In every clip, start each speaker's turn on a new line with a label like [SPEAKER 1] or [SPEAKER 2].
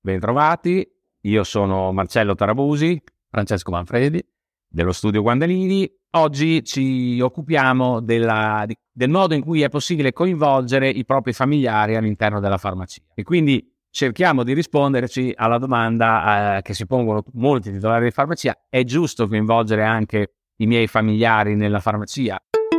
[SPEAKER 1] Bentrovati, io sono Marcello Tarabusi,
[SPEAKER 2] Francesco Manfredi.
[SPEAKER 1] dello studio Guandalini. Oggi ci occupiamo del modo in cui è possibile coinvolgere i propri familiari all'interno della farmacia. E quindi cerchiamo di risponderci alla domanda che si pongono molti titolari di farmacia: è giusto coinvolgere anche i miei familiari nella farmacia?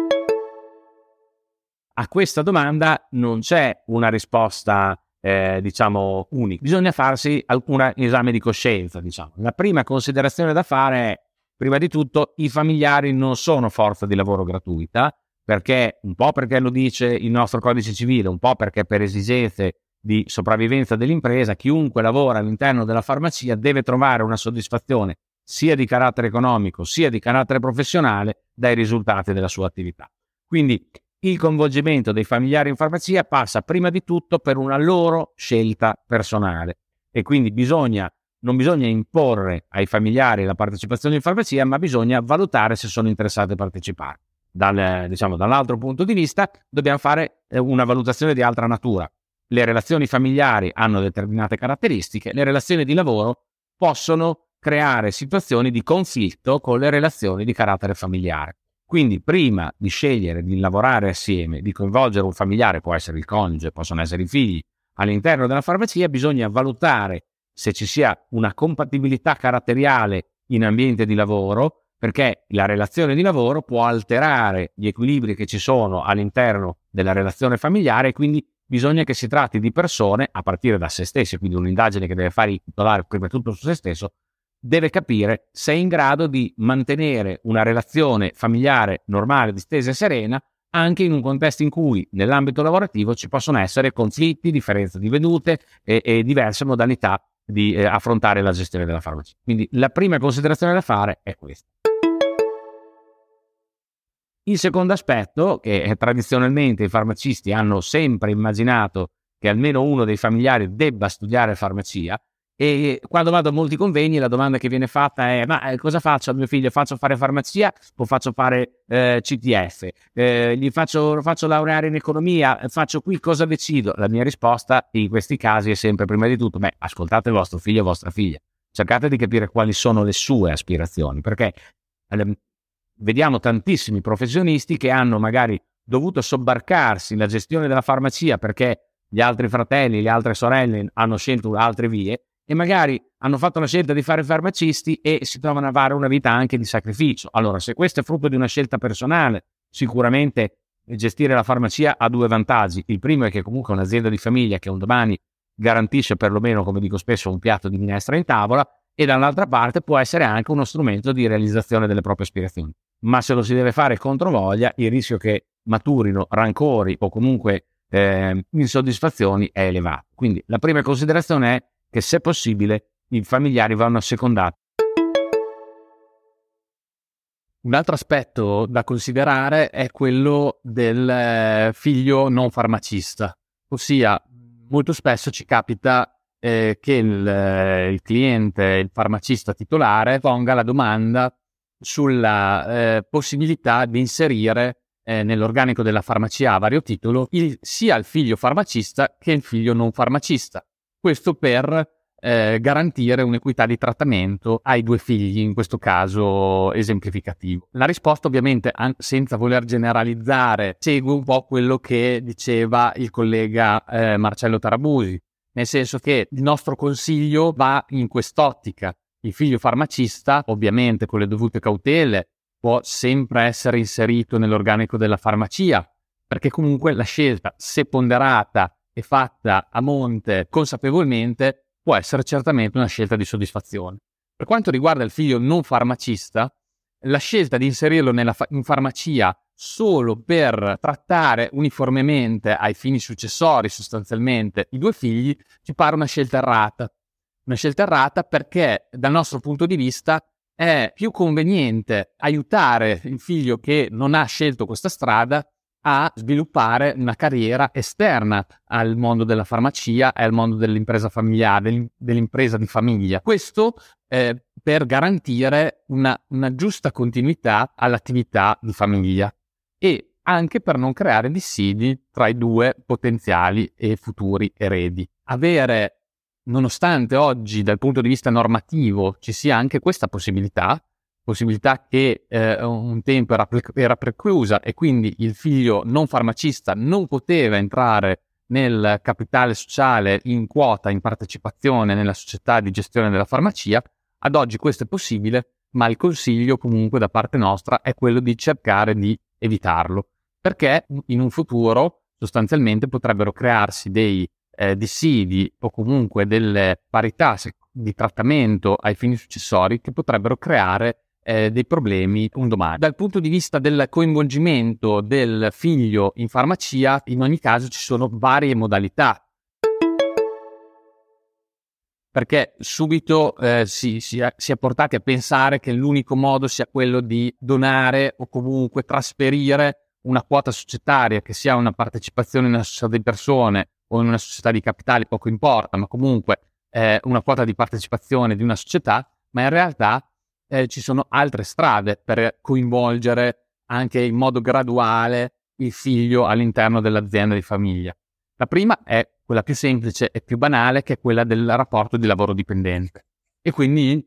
[SPEAKER 1] A questa domanda non c'è una risposta unica. Bisogna farsi alcun esame di coscienza. La prima considerazione da fare è: prima di tutto, i familiari non sono forza di lavoro gratuita, perché un po' perché lo dice il nostro codice civile, un po' perché per esigenze di sopravvivenza dell'impresa, chiunque lavora all'interno della farmacia deve trovare una soddisfazione sia di carattere economico sia di carattere professionale dai risultati della sua attività. Quindi il coinvolgimento dei familiari in farmacia passa prima di tutto per una loro scelta personale, e quindi non bisogna imporre ai familiari la partecipazione in farmacia, ma bisogna valutare se sono interessati a partecipare. Dall'altro punto di vista dobbiamo fare una valutazione di altra natura. Le relazioni familiari hanno determinate caratteristiche, le relazioni di lavoro possono creare situazioni di conflitto con le relazioni di carattere familiare. Quindi prima di scegliere di lavorare assieme, di coinvolgere un familiare, può essere il coniuge, possono essere i figli, all'interno della farmacia, bisogna valutare se ci sia una compatibilità caratteriale in ambiente di lavoro, perché la relazione di lavoro può alterare gli equilibri che ci sono all'interno della relazione familiare, e quindi bisogna che si tratti di persone, a partire da se stessi, quindi un'indagine che deve fare il titolare prima di tutto su se stesso, deve capire se è in grado di mantenere una relazione familiare normale, distesa e serena, anche in un contesto in cui nell'ambito lavorativo ci possono essere conflitti, differenze di vedute e diverse modalità di affrontare la gestione della farmacia. Quindi la prima considerazione da fare è questa. Il secondo aspetto, che tradizionalmente i farmacisti hanno sempre immaginato che almeno uno dei familiari debba studiare farmacia, e quando vado a molti convegni la domanda che viene fatta è: ma cosa faccio a mio figlio? Faccio fare farmacia o faccio fare CTF? Gli faccio laureare in economia? Faccio qui, cosa decido? La mia risposta in questi casi è sempre, prima di tutto, ascoltate il vostro figlio o vostra figlia, cercate di capire quali sono le sue aspirazioni, perché vediamo tantissimi professionisti che hanno magari dovuto sobbarcarsi la gestione della farmacia perché gli altri fratelli, le altre sorelle hanno scelto altre vie, e magari hanno fatto la scelta di fare farmacisti e si trovano a fare una vita anche di sacrificio. Allora, se questo è frutto di una scelta personale, sicuramente gestire la farmacia ha due vantaggi. Il primo è che comunque è un'azienda di famiglia che un domani garantisce perlomeno, come dico spesso, un piatto di minestra in tavola, e dall'altra parte può essere anche uno strumento di realizzazione delle proprie aspirazioni. Ma se lo si deve fare controvoglia, il rischio che maturino rancori o comunque insoddisfazioni è elevato. Quindi la prima considerazione è che, se possibile, i familiari vanno assecondati.
[SPEAKER 2] Un altro aspetto da considerare è quello del figlio non farmacista, ossia molto spesso ci capita che il cliente, il farmacista titolare, ponga la domanda sulla possibilità di inserire nell'organico della farmacia a vario titolo sia il figlio farmacista che il figlio non farmacista. Questo per garantire un'equità di trattamento ai due figli, in questo caso esemplificativo. La risposta, ovviamente, senza voler generalizzare, segue un po' quello che diceva il collega Marcello Tarabusi, nel senso che il nostro consiglio va in quest'ottica. Il figlio farmacista, ovviamente con le dovute cautele, può sempre essere inserito nell'organico della farmacia, perché comunque la scelta, se ponderata e fatta a monte consapevolmente, può essere certamente una scelta di soddisfazione. Per quanto riguarda il figlio non farmacista, la scelta di inserirlo in farmacia solo per trattare uniformemente ai fini successori sostanzialmente i due figli ci pare una scelta errata. Una scelta errata perché dal nostro punto di vista è più conveniente aiutare il figlio che non ha scelto questa strada a sviluppare una carriera esterna al mondo della farmacia e al mondo dell'impresa familiare, dell'impresa di famiglia. Questo per garantire una giusta continuità all'attività di famiglia e anche per non creare dissidi tra i due potenziali e futuri eredi. Avere nonostante oggi dal punto di vista normativo ci sia anche questa possibilità che un tempo era preclusa e quindi il figlio non farmacista non poteva entrare nel capitale sociale in quota, in partecipazione nella società di gestione della farmacia, ad oggi questo è possibile, ma il consiglio comunque da parte nostra è quello di cercare di evitarlo, perché in un futuro sostanzialmente potrebbero crearsi dei dissidi o comunque delle parità di trattamento ai fini successori che potrebbero creare dei problemi un domani. Dal punto di vista del coinvolgimento del figlio in farmacia, in ogni caso ci sono varie modalità, perché subito si è portati a pensare che l'unico modo sia quello di donare o comunque trasferire una quota societaria, che sia una partecipazione in una società di persone o in una società di capitali, poco importa, ma comunque una quota di partecipazione di una società, ma in realtà ci sono altre strade per coinvolgere anche in modo graduale il figlio all'interno dell'azienda di famiglia. La prima è quella più semplice e più banale, che è quella del rapporto di lavoro dipendente. E quindi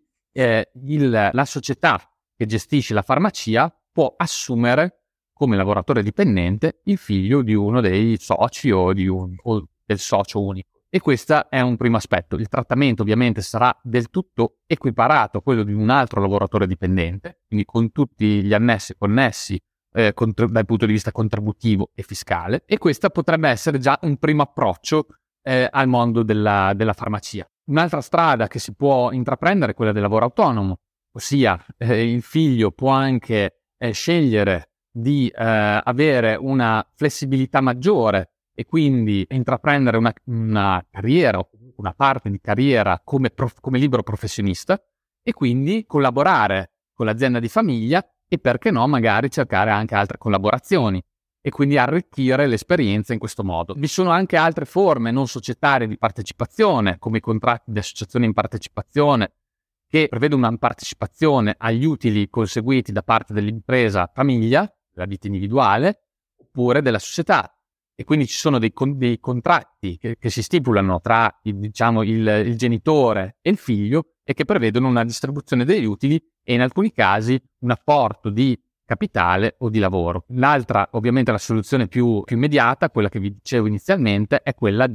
[SPEAKER 2] la società che gestisce la farmacia può assumere come lavoratore dipendente il figlio di uno dei soci o del socio unico. E questo è un primo aspetto. Il trattamento ovviamente sarà del tutto equiparato a quello di un altro lavoratore dipendente, quindi con tutti gli annessi e connessi dal punto di vista contributivo e fiscale, e questo potrebbe essere già un primo approccio al mondo della farmacia. Un'altra strada che si può intraprendere è quella del lavoro autonomo, ossia il figlio può anche scegliere di avere una flessibilità maggiore e quindi intraprendere una carriera o una parte di carriera come libero professionista e quindi collaborare con l'azienda di famiglia e perché no magari cercare anche altre collaborazioni e quindi arricchire l'esperienza in questo modo. Vi sono anche altre forme non societarie di partecipazione, come i contratti di associazione in partecipazione, che prevede una partecipazione agli utili conseguiti da parte dell'impresa famiglia, della ditta individuale, oppure della società. E quindi ci sono dei contratti che si stipulano tra il genitore e il figlio e che prevedono una distribuzione degli utili e in alcuni casi un apporto di capitale o di lavoro. L'altra, ovviamente la soluzione più immediata, quella che vi dicevo inizialmente, è quella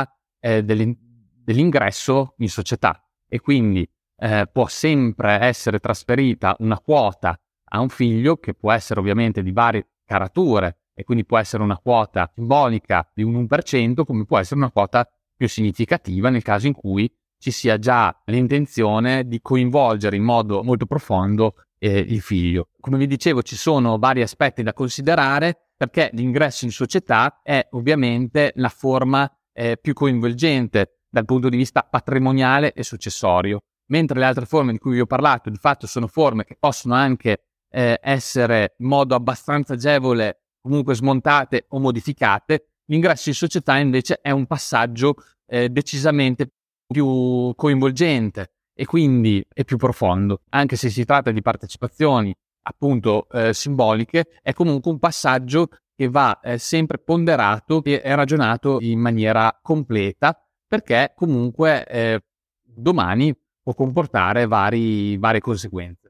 [SPEAKER 2] dell'ingresso in società e quindi può sempre essere trasferita una quota a un figlio che può essere ovviamente di varie carature e quindi può essere una quota simbolica di un 1%, come può essere una quota più significativa nel caso in cui ci sia già l'intenzione di coinvolgere in modo molto profondo il figlio. Come vi dicevo, ci sono vari aspetti da considerare perché l'ingresso in società è ovviamente la forma più coinvolgente dal punto di vista patrimoniale e successorio, mentre le altre forme di cui vi ho parlato di fatto sono forme che possono anche essere in modo abbastanza agevole comunque smontate o modificate. L'ingresso in società invece è un passaggio decisamente più coinvolgente e quindi è più profondo. Anche se si tratta di partecipazioni appunto simboliche, è comunque un passaggio che va sempre ponderato e ragionato in maniera completa, perché comunque domani può comportare varie conseguenze.